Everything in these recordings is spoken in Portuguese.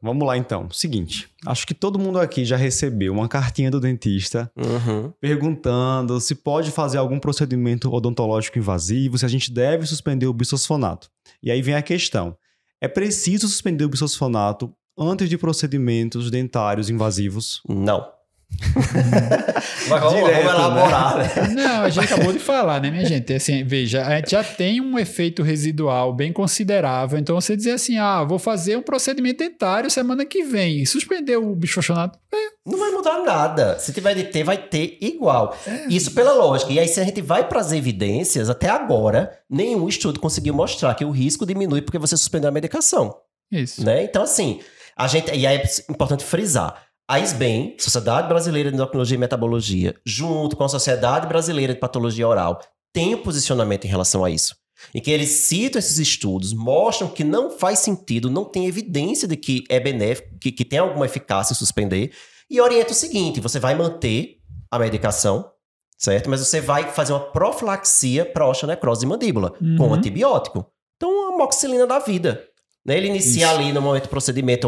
vamos lá então. Seguinte, acho que todo mundo aqui já recebeu uma cartinha do dentista perguntando se pode fazer algum procedimento odontológico invasivo, se a gente deve suspender o bisfosfonato. E aí vem a questão, é preciso suspender o bisfosfonato antes de procedimentos dentários invasivos? Não. Mas vamos elaborar, né? Não, a gente acabou de falar, né, minha gente? Assim, veja, a gente já tem um efeito residual bem considerável. Então, você dizer assim, vou fazer um procedimento dentário semana que vem. Suspender o bisfosfonato, não vai mudar nada. Se tiver de ter, vai ter igual. Isso pela lógica. E aí, se a gente vai para as evidências, até agora, nenhum estudo conseguiu mostrar que o risco diminui porque você suspendeu a medicação. Isso. Né? Então, assim, e aí é importante frisar. A SBEM, Sociedade Brasileira de Endocrinologia e Metabologia, junto com a Sociedade Brasileira de Patologia Oral, tem um posicionamento em relação a isso. Em que eles citam esses estudos, mostram que não faz sentido, não tem evidência de que é benéfico, que tem alguma eficácia em suspender, e orienta o seguinte, você vai manter a medicação, certo? Mas você vai fazer uma profilaxia para osteonecrose de mandíbula, com antibiótico. Então, a amoxicilina da vida. Ele inicia ali no momento do procedimento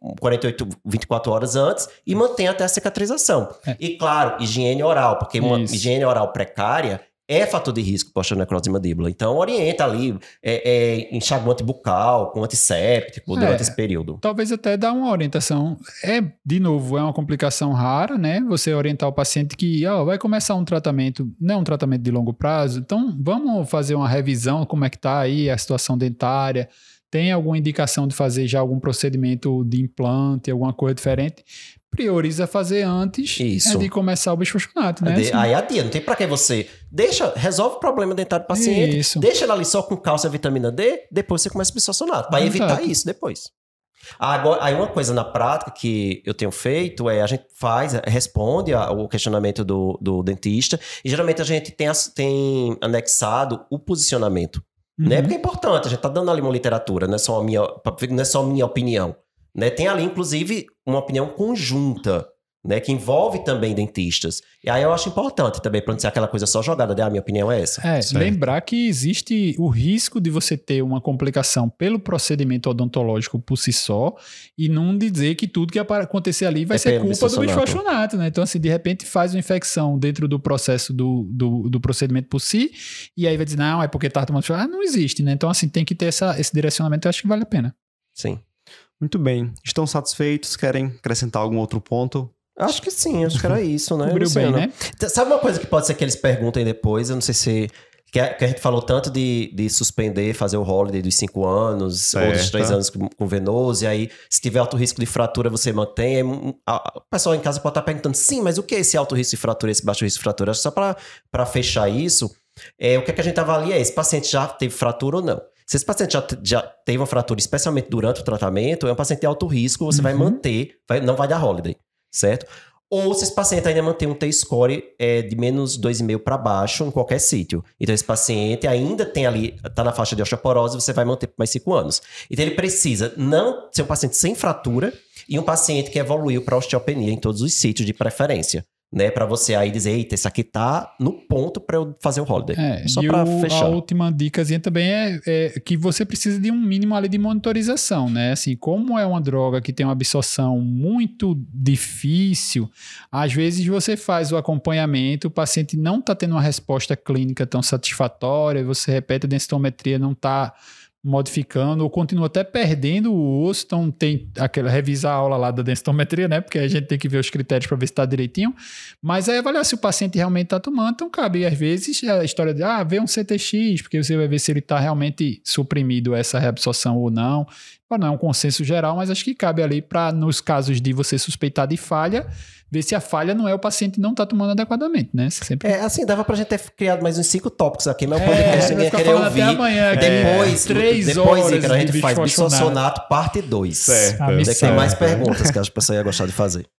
48, 24 horas antes e mantém até a cicatrização. E claro, higiene oral, porque uma higiene oral precária é fator de risco para osteonecrose de mandíbula. Então, orienta ali enxaguante bucal, com antisséptico durante esse período. Talvez até dar uma orientação. De novo, é uma complicação rara, né? Você orientar o paciente que vai começar um tratamento, não é um tratamento de longo prazo, então vamos fazer uma revisão, como é que está aí a situação dentária. Tem alguma indicação de fazer já algum procedimento de implante, alguma coisa diferente, prioriza fazer antes de começar o bisfosfonato, né? Aí adia, não tem pra que você resolve o problema dentário do paciente, deixa ele ali só com cálcio e vitamina D, depois você começa o bisfosfonato, para evitar isso depois. Agora, aí uma coisa na prática que eu tenho feito a gente responde o questionamento do dentista, e geralmente a gente tem anexado o posicionamento. Né? Porque é importante, a gente tá dando ali uma literatura, não é só minha opinião. Né? Tem ali, inclusive, uma opinião conjunta, né? Que envolve também dentistas. E aí eu acho importante também, para não ser aquela coisa só jogada, a minha opinião é essa. Lembrar que existe o risco de você ter uma complicação pelo procedimento odontológico por si só e não dizer que tudo que acontecer ali vai ser culpa do bisfosfonato, né? Então, assim, de repente faz uma infecção dentro do processo do procedimento por si e aí vai dizer, não, é porque tá tomando bisfosfonato. Não existe, né? Então, assim, tem que ter esse direcionamento, eu acho que vale a pena. Sim. Muito bem. Estão satisfeitos? Querem acrescentar algum outro ponto? Acho que sim, acho que era isso, né? Cobriu bem, né? Sabe uma coisa que pode ser que eles perguntem depois? Eu não sei se... Que a gente falou tanto de suspender, fazer o holiday dos 5 anos, ou dos 3 anos com venoso, e aí, se tiver alto risco de fratura, você mantém. O pessoal em casa pode estar perguntando, sim, mas o que é esse alto risco de fratura, esse baixo risco de fratura? Só para fechar isso, o que a gente avalia é, esse paciente já teve fratura ou não? Se esse paciente já teve uma fratura, especialmente durante o tratamento, é um paciente de alto risco, você vai manter, não vai dar holiday, certo? Ou se esse paciente ainda mantém um T-score de menos 2,5 para baixo em qualquer sítio. Então, esse paciente ainda tem ali, está na faixa de osteoporose, você vai manter por mais 5 anos. Então, ele precisa não ser um paciente sem fratura e um paciente que evoluiu para osteopenia em todos os sítios de preferência. Né, para você aí dizer, eita, esse aqui tá no ponto para eu fazer o holiday. Só para fechar. A última dicasinha também é que você precisa de um mínimo ali de monitorização, né? Assim, como é uma droga que tem uma absorção muito difícil, às vezes você faz o acompanhamento, o paciente não tá tendo uma resposta clínica tão satisfatória, você repete a densitometria, não tá modificando ou continua até perdendo o osso, então tem aquela revisar a aula lá da densitometria, né, porque a gente tem que ver os critérios para ver se está direitinho, mas aí avaliar se o paciente realmente está tomando, então cabe às vezes a história de, ver um CTX, porque você vai ver se ele está realmente suprimido essa reabsorção ou não, não é um consenso geral, mas acho que cabe ali para, nos casos de você suspeitar de falha, ver se a falha não é o paciente não está tomando adequadamente, né? Sempre... assim, dava pra gente ter criado mais uns 5 tópicos aqui, mas o podcast ninguém querer ouvir. Amanhã, depois, Ícaro, a gente faz bisfosfonato parte 2. Certo. Tem mais perguntas que acho que a pessoa ia gostar de fazer.